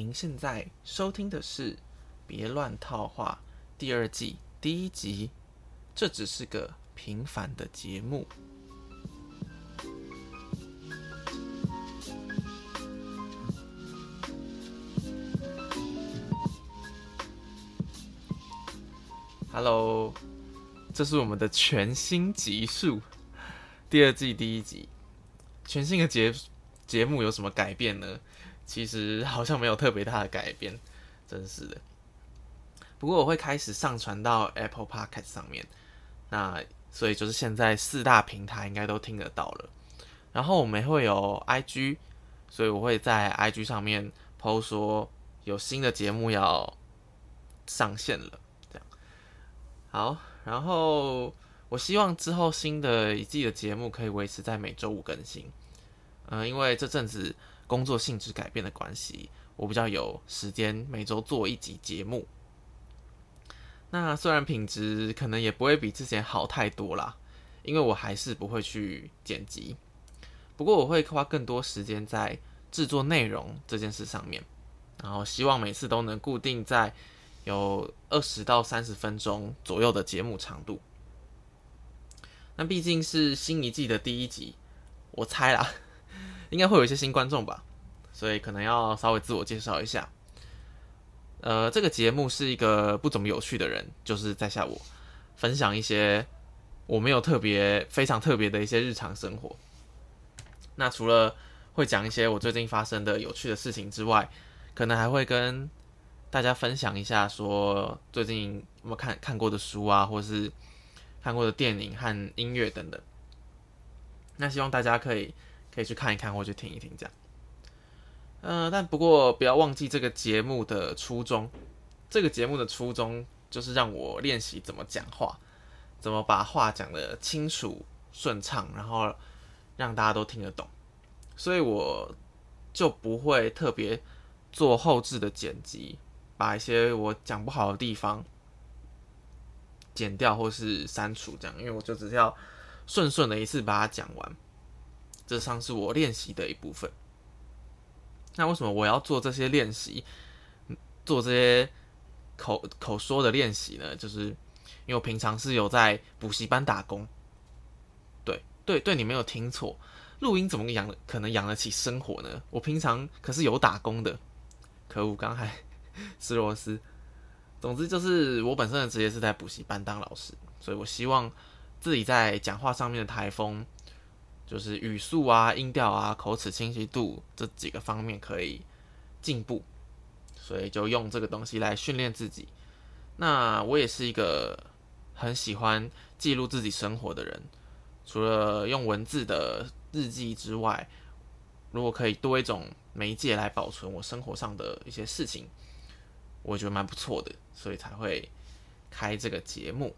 您现在收听的是《别乱套话》第二季第一集。这只是个平凡的节目。Hello， 这是我们的全新集数，第二季第一集。全新的节目有什么改变呢？其实好像没有特别大的改变，真是的。不过我会开始上传到 Apple Podcast 上面，那所以就是现在4大平台应该都听得到了。然后我们会有 IG， 所以我会在 IG 上面 po 说有新的节目要上线了，这样。好，然后我希望之后新的一季的节目可以维持在每周5更新。因为这阵子工作性质改变的关系，我比较有时间每周做1集节目。那虽然品质可能也不会比之前好太多啦，因为我还是不会去剪辑。不过我会花更多时间在制作内容这件事上面，然后希望每次都能固定在有20到30分钟左右的节目长度。那毕竟是新一季的第一集，我猜啦，应该会有一些新观众吧，所以可能要稍微自我介绍一下。这个节目是一个不怎么有趣的人，就是在下我分享一些我没有非常特别的一些日常生活。那除了会讲一些我最近发生的有趣的事情之外，可能还会跟大家分享一下说最近有没有看过的书啊，或是看过的电影和音乐等等。那希望大家可以去看一看或去听一听这样。但不过不要忘记这个节目的初衷。这个节目的初衷就是让我练习怎么讲话，怎么把话讲得清楚顺畅，然后让大家都听得懂。所以我就不会特别做后置的剪辑，把一些我讲不好的地方剪掉或是删除这样，因为我就只是要顺的一次把它讲完。这像是我练习的一部分。那为什么我要做这些练习，做这些口说的练习呢？就是因为我平常是有在补习班打工。对，你没有听错，录音怎么可能养得起生活呢？我平常可是有打工的。可恶，刚还吃螺丝。总之就是我本身的职业是在补习班当老师，所以我希望自己在讲话上面的台风，就是语速啊、音调啊、口齿清晰度这几个方面可以进步，所以就用这个东西来训练自己。那我也是一个很喜欢记录自己生活的人，除了用文字的日记之外，如果可以多一种媒介来保存我生活上的一些事情，我觉得蛮不错的，所以才会开这个节目。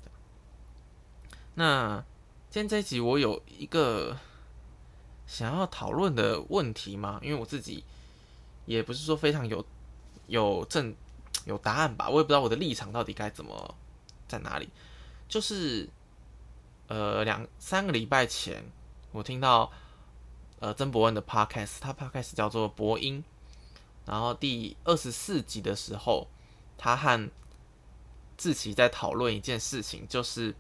那今天这一集我有一个想要讨论的问题嘛，因为我自己也不是说非常有答案吧，我也不知道我的立场到底该怎么在哪里。就是2-3个礼拜前，我听到曾伯恩的 podcast， 他 podcast 叫做博音，然后第24集的时候，他和志祺在讨论一件事情，就是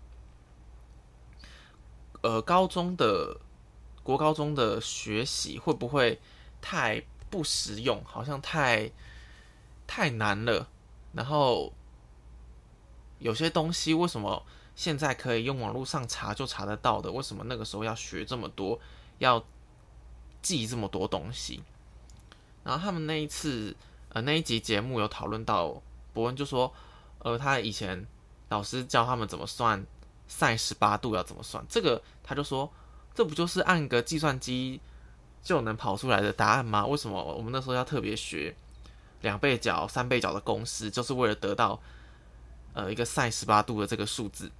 国高中的学习会不会太不实用，好像太难了。然后有些东西为什么现在可以用网络上查就查得到的，为什么那个时候要学这么多，要记这么多东西？然后他们那一集节目有讨论到，伯恩就说，他以前老师教他们怎么算sin18°要怎么算，这个他就说，这不就是按个计算机就能跑出来的答案吗？为什么我们那时候要特别学2倍角、3倍角的公式，就是为了得到一个sin18°的这个数字？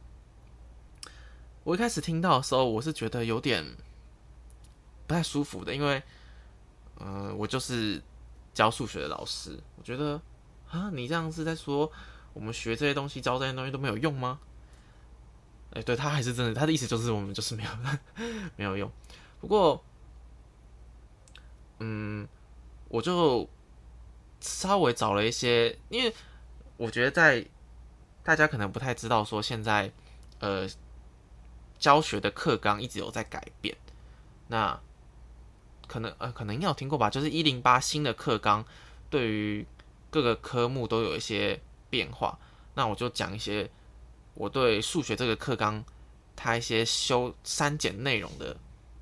我一开始听到的时候，我是觉得有点不太舒服的，因为我就是教数学的老师，我觉得你这样是在说我们学这些东西、教这些东西都没有用吗？对，他还是真的，他的意思就是我们就是没有没有用。不过，我就稍微找了一些，因为我觉得在大家可能不太知道说现在教学的课纲一直有在改变，那可能应该有听过吧，就是108新的课纲对于各个科目都有一些变化。那我就讲一些我对数学这个课纲它一些删减内容的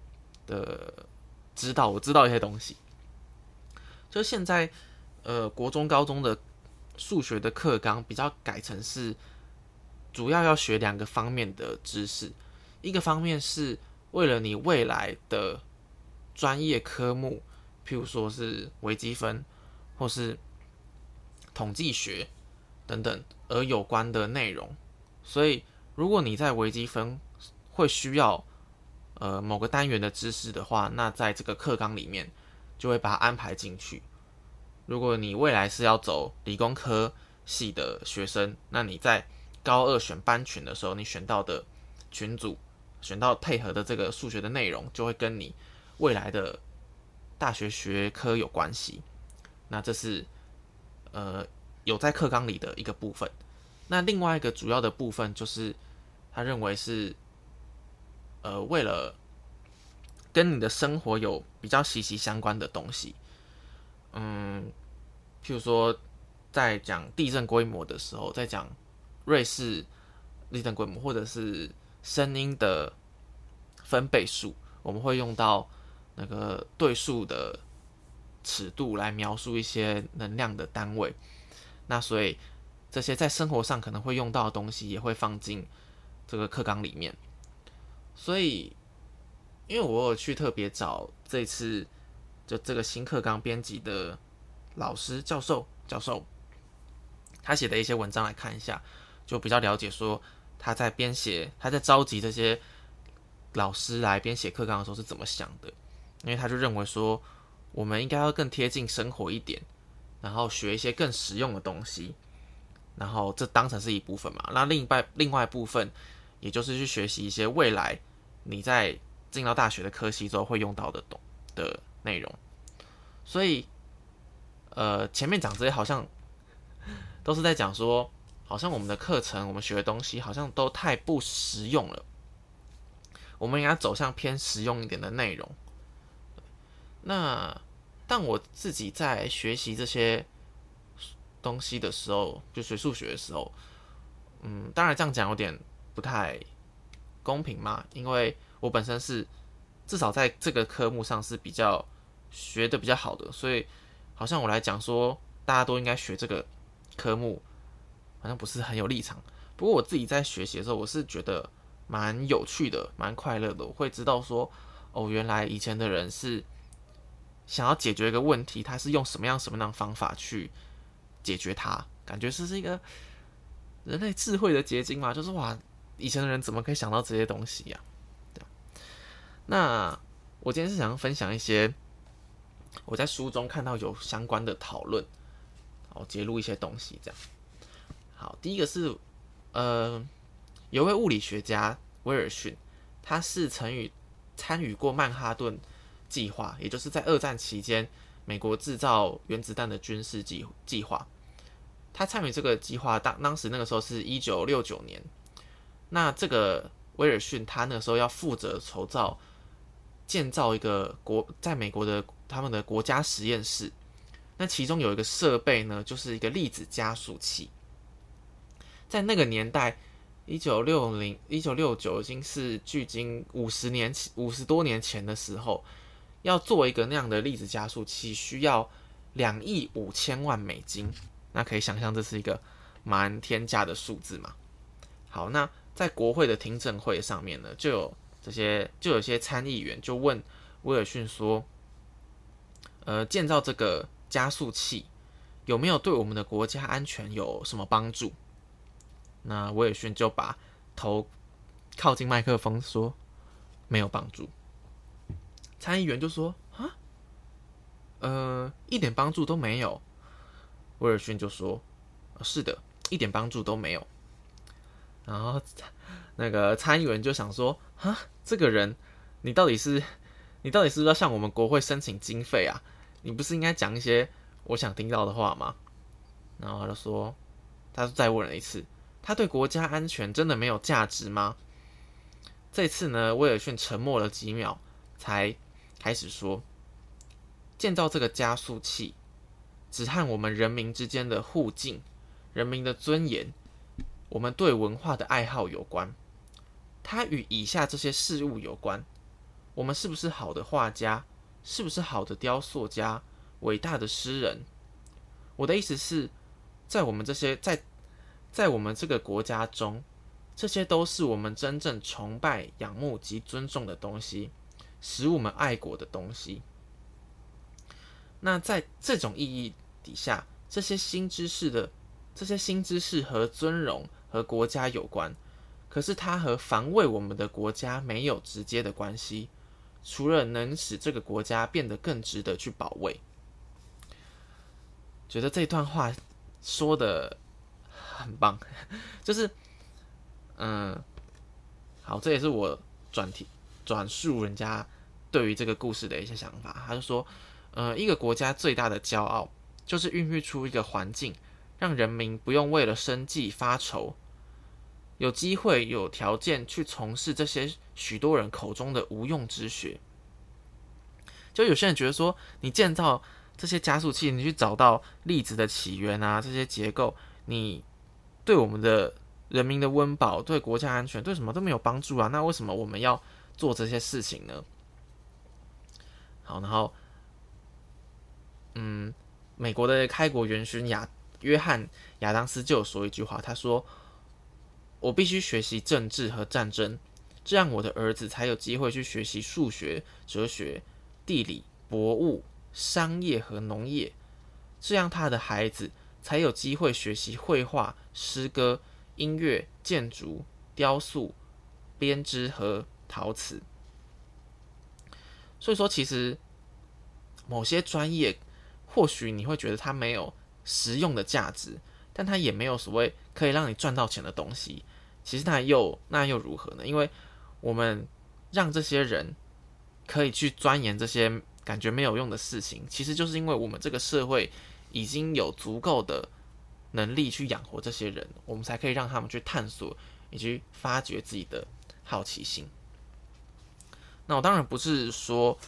我知道一些东西。就现在国中高中的数学的课纲比较改成是主要要学2个方面的知识，一个方面是为了你未来的专业科目，譬如说是微积分或是统计学等等而有关的内容。所以如果你在微积分会需要某个单元的知识的话，那在这个课纲里面就会把它安排进去。如果你未来是要走理工科系的学生，那你在高2选班群的时候，你选到的群组，选到配合的这个数学的内容，就会跟你未来的大学学科有关系。那这是有在课纲里的一个部分。那另外一个主要的部分就是他认为是为了跟你的生活有比较息息相关的东西。譬如说在讲地震规模的时候，在讲瑞士地震规模，或者是声音的分贝数，我们会用到那个对数的尺度来描述一些能量的单位。那所以这些在生活上可能会用到的东西，也会放进这个课纲里面。所以，因为我有去特别找这次就这个新课纲编辑的老师教授，他写的一些文章来看一下，就比较了解说他在召集这些老师来编写课纲的时候是怎么想的。因为他就认为说，我们应该要更贴近生活一点，然后学一些更实用的东西，然后这当成是一部分嘛。那另外一部分，也就是去学习一些未来你在进到大学的科系之后会用到的内容。所以前面讲这些好像都是在讲说，好像我们的课程我们学的东西好像都太不实用了，我们应该走向偏实用一点的内容。但我自己在学习这些东西的时候，就学数学的时候，当然这样讲有点不太公平嘛，因为我本身是至少在这个科目上是学的比较好的，所以好像我来讲说大家都应该学这个科目，好像不是很有立场。不过我自己在学习的时候，我是觉得蛮有趣的，蛮快乐的。我会知道说，原来以前的人是想要解决一个问题，他是用什么样的方法去解决它，感觉是一个人类智慧的结晶嘛。就是哇，以前的人怎么可以想到这些东西呀？对。那我今天是想分享一些我在书中看到有相关的讨论，揭露一些东西这样。好，第一个是有一位物理学家威尔逊，他是参与过曼哈顿计划，也就是在2战期间美国制造原子弹的军事计划。他参与这个计划，当时那个时候是1969年。那这个威尔逊他那个时候要负责建造一个在美国的他们的国家实验室。那其中有一个设备呢，就是一个粒子加速器。在那个年代，1960、1969已经是距今50多年前的时候，要做一个那样的粒子加速器，需要2亿5千万美金。那可以想象这是一个蛮天价的数字嘛。好，那在国会的听证会上面呢，就有些参议员就问威尔逊说，建造这个加速器有没有对我们的国家安全有什么帮助？那威尔逊就把头靠近麦克风说没有帮助。参议员就说一点帮助都没有。威尔逊就说是的，一点帮助都没有。然后那个参议员就想说这个人你到底是不是要向我们国会申请经费啊？你不是应该讲一些我想听到的话吗？然后他就说，他再问了一次，他对国家安全真的没有价值吗？这次呢，威尔逊沉默了几秒，才开始说，建造这个加速器，只和我们人民之间的互敬、人民的尊严、我们对文化的爱好有关。它与以下这些事物有关：我们是不是好的画家？是不是好的雕塑家？伟大的诗人？我的意思是，在我们我们这个国家中，这些都是我们真正崇拜、仰慕及尊重的东西，使我们爱国的东西。那在这种意义底下，这些新知识和尊荣和国家有关，可是它和防卫我们的国家没有直接的关系，除了能使这个国家变得更值得去保卫。觉得这段话说的很棒，就是好，这也是我转述人家对于这个故事的一些想法。他就说，一个国家最大的骄傲就是孕育出一个环境，让人民不用为了生计发愁，有机会有条件去从事这些许多人口中的无用之学。就有些人觉得说，你建造这些加速器，你去找到粒子的起源啊，这些结构，你对我们的人民的温饱、对国家安全、对什么都没有帮助啊。那为什么我们要做这些事情呢？好，然后，美国的开国元勋约翰亚当斯就有说一句话，他说：“我必须学习政治和战争，这样我的儿子才有机会去学习数学、哲学、地理、博物、商业和农业，这样他的孩子才有机会学习绘画、诗歌、音乐、建筑、雕塑、编织和陶瓷。”所以说，其实某些专业，或许你会觉得它没有实用的价值，但它也没有所谓可以让你赚到钱的东西。其实那又如何呢？因为我们让这些人可以去钻研这些感觉没有用的事情，其实就是因为我们这个社会已经有足够的能力去养活这些人，我们才可以让他们去探索以及发掘自己的好奇心。那我当然不是说，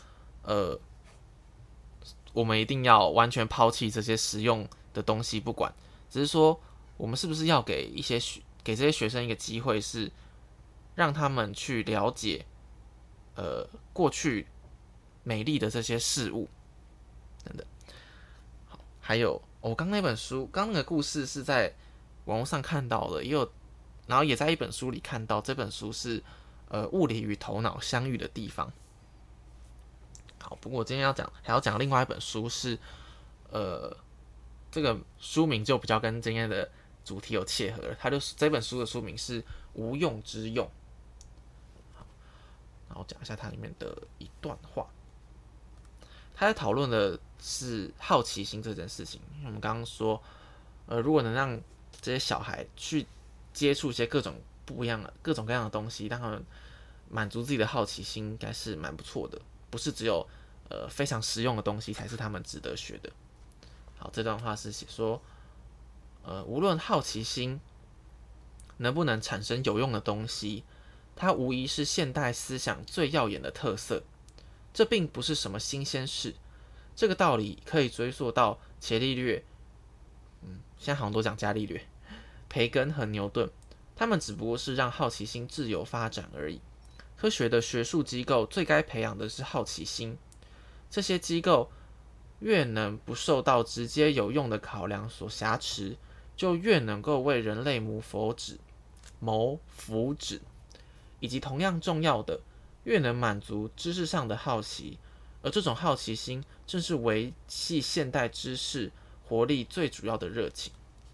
我们一定要完全抛弃这些实用的东西不管，只是说我们是不是要给这些学生一个机会，是让他们去了解，过去美丽的这些事物等等。好，还有我刚那个故事是在网络上看到的，然后也在一本书里看到，这本书是物理与头脑相遇的地方。好，不过我今天还要讲另外一本书是，这个书名就比较跟今天的主题有切合了。这本书的书名是《无用之用》。好，然后讲一下它里面的一段话。他在讨论的是好奇心这件事情。因为我们刚刚说，如果能让这些小孩去接触一些各种各样的东西，让他们满足自己的好奇心，应该是蛮不错的。不是只有非常实用的东西才是他们值得学的。好，这段话是写说，无论好奇心能不能产生有用的东西，它无疑是现代思想最耀眼的特色。这并不是什么新鲜事，这个道理可以追溯到伽利略，现在好像都讲伽利略、培根和牛顿，他们只不过是让好奇心自由发展而已。科学的学术机构最该培养的是好奇心，这些机构越能不受到直接有用的考量所挟持，就越能够为人类谋福祉，以及同样重要的，越能满足知识上的好奇，而这种好奇心正是维系现代知识活力最主要的热情。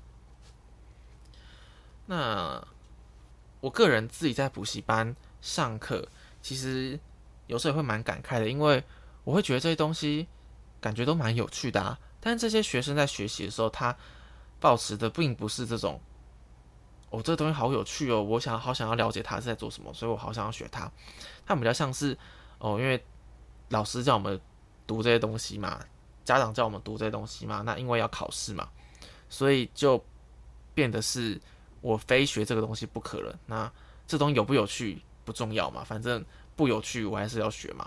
那我个人自己在补习班上课，其实有时候也会蛮感慨的，因为我会觉得这些东西感觉都蛮有趣的啊。但是这些学生在学习的时候，他抱持的并不是这种，这个东西好有趣哦，我好想要了解他是在做什么，所以我好想要学他。他们比较像是因为老师叫我们读这些东西嘛， 家长叫我们读这些东西嘛，那因为要考试嘛，所以就变得是我非学这个东西不可了。那这东西有不有趣不重要嘛，反正不有趣我还是要学嘛。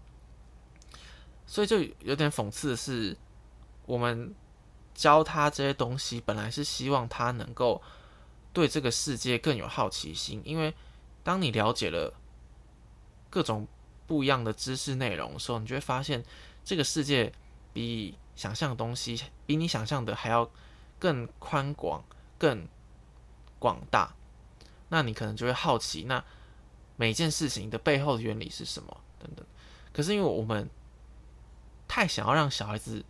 所以就有点讽刺的是，我们教他这些东西，本来是希望他能够对这个世界更有好奇心，因为当你了解了各种不一样的知识内容的时候，你就会发现这个世界比想象的东西，比你想象的还要更宽广、更广大。那你可能就会好奇，那每件事情的背后的原理是什么等等。可是因为我们太想要让小孩子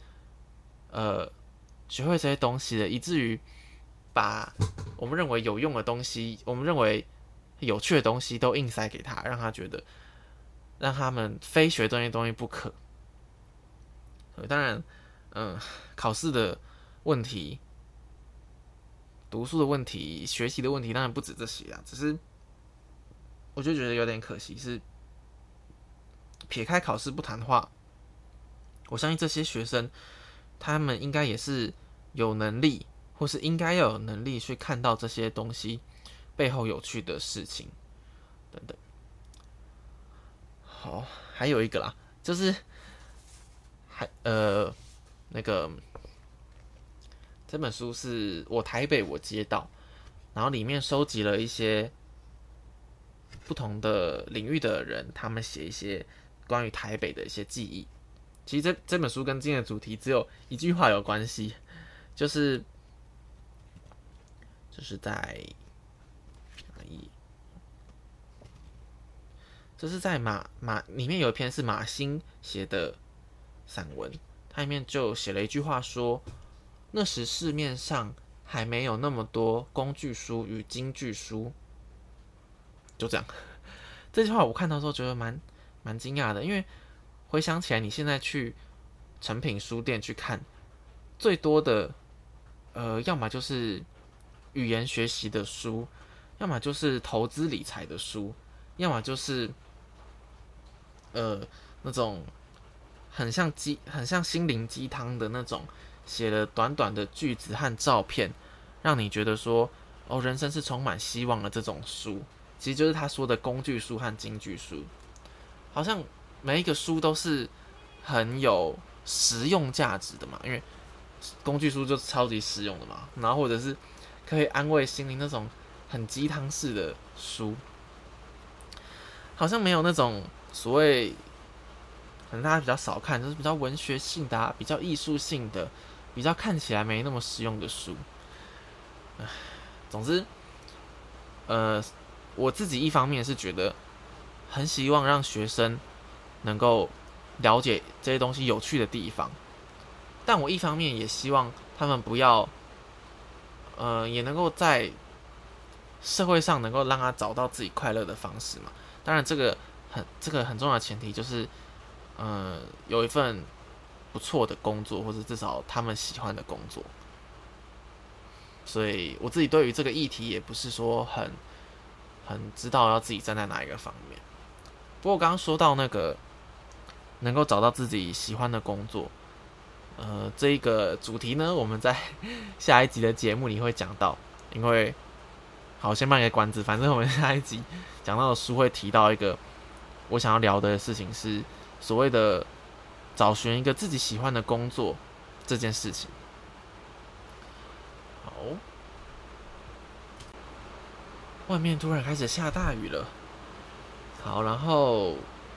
学会这些东西了，以至于把我们认为有用的东西，我们认为有趣的东西都硬塞给他，让他觉得让他们非学这些东西不可。当然，考试的问题、读书的问题、学习的问题，当然不止这些啦。只是我就觉得有点可惜，是撇开考试不谈的话，我相信这些学生，他们应该也是有能力，或是应该要有能力去看到这些东西背后有趣的事情等等。好，还有一个啦，就是那个这本书是我台北我街道，然后里面收集了一些不同的领域的人，他们写一些关于台北的一些记忆。其实这本书跟今天的主题只有一句话有关系，就是在哪一？这是在里面有一篇是马欣写的散文，它里面就写了一句话说，那时市面上还没有那么多工具书与金句书，就这样。这句话我看到之后觉得蛮惊讶的，因为回想起来，你现在去诚品书店去看，最多的要么就是语言学习的书，要么就是投资理财的书，要么就是那种很像心灵鸡汤的那种，写了短短的句子和照片，让你觉得说哦，人生是充满希望的这种书，其实就是他说的工具书和金句书。好像每一个书都是很有实用价值的嘛，因为工具书就超级实用的嘛，然后或者是可以安慰心灵那种很鸡汤式的书，好像没有那种所谓可能大家比较少看，就是比较文学性的、比较艺术性的、比较看起来没那么实用的书。总之，我自己一方面是觉得很希望让学生能够了解这些东西有趣的地方，但我一方面也希望他们不要，也能够在社会上能够让他找到自己快乐的方式嘛。当然，这个很重要的前提就是，有一份不错的工作，或者至少他们喜欢的工作。所以我自己对于这个议题也不是说很知道要自己站在哪一个方面。不过我刚刚说到那个能够找到自己喜欢的工作，这一个主题呢，我们在下一集的节目里会讲到。因为好，先卖个关子，反正我们下一集讲到的书会提到一个我想要聊的事情，是所谓的找寻一个自己喜欢的工作这件事情。好，外面突然开始下大雨了。好，然后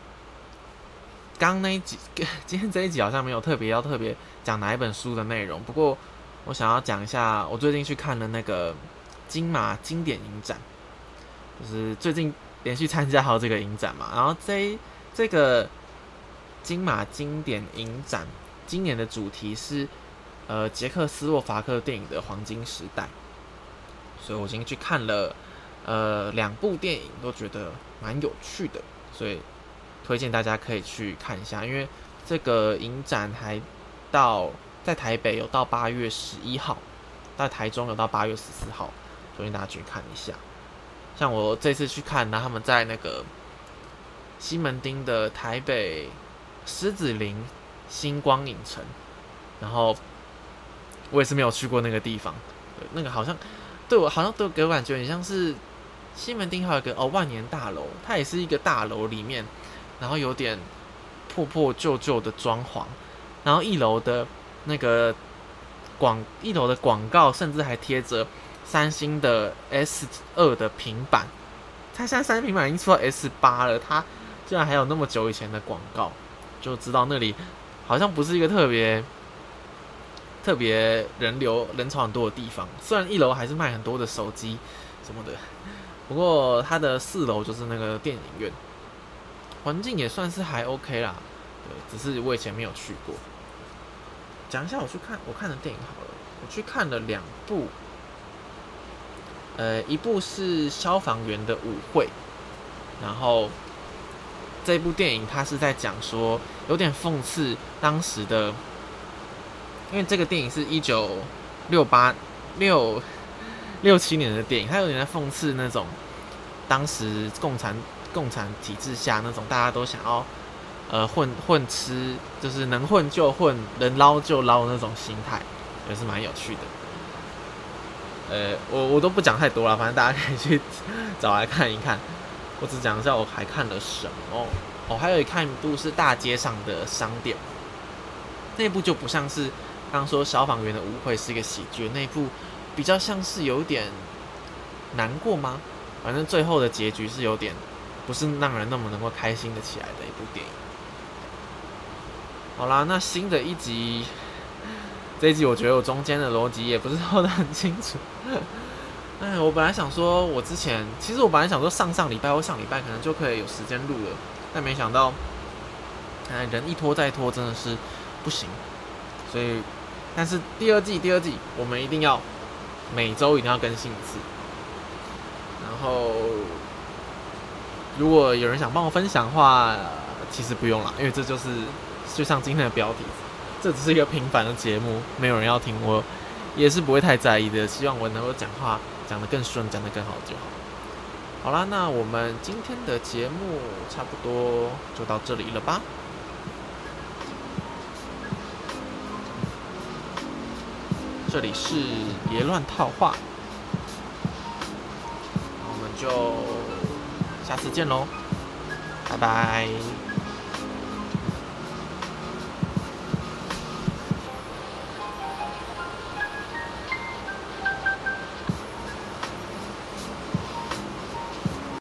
刚那一集，今天这一集好像没有特别讲哪一本书的内容，不过我想要讲一下，我最近去看了那个金马经典影展，就是最近连续参加好这个影展嘛，然后这个金马经典影展今年的主题是捷克斯洛伐克电影的黄金时代，所以我已经去看了2部电影，都觉得蛮有趣的，所以推荐大家可以去看一下。因为这个影展还在台北有到8月11号，在台中有到8月14号，推荐大家去看一下。像我这次去看，他们在那个西门町的台北狮子林星光影城， 然后我也是没有去过那个地方，对，那个好像对我给我感觉很像是西门町还有一个万年大楼，它也是一个大楼里面，然后有点破破旧旧的装潢，然后一楼的广告甚至还贴着三星的 S2的平板，它现在三星平板已经出到 S8了，它居然还有那么久以前的广告，就知道那里好像不是一个特别人潮很多的地方。虽然一楼还是卖很多的手机什么的，不过它的4楼就是那个电影院，环境也算是还 OK 啦。对，只是我以前没有去过。讲一下我看的电影好了，我去看了2部，一部是消防员的舞会，然后这部电影它是在讲说有点讽刺当时的，因为这个电影是1967年的电影，它有点在讽刺那种当时共产体制下那种大家都想要混吃，就是能混就混，能捞就捞那种心态，也是蛮有趣的。我都不讲太多了，反正大家可以去找来看一看。我只讲一下我还看了什么。还有看一部是大街上的商店，那部就不像是刚刚说消防员的舞会是一个喜剧，那部比较像是有点难过吗？反正最后的结局是有点不是让人那么能够开心的起来的一部电影。好啦，那新的一集，这一集我觉得我中间的逻辑也不是说得很清楚。我本来想说，其实我本来想说上礼拜或上礼拜可能就可以有时间录了，但没想到，人一拖再拖真的是不行。所以，但是第二季我们一定要每周一定要更新一次。然后，如果有人想帮我分享的话，其实不用啦，因为这就像今天的标题，这只是一个平凡的节目，没有人要听，我也是不会太在意的。希望我能够讲话讲得更顺，讲得更好就好。好啦，那我们今天的节目差不多就到这里了吧？这里是别乱套话，我们就下次见喽，拜拜。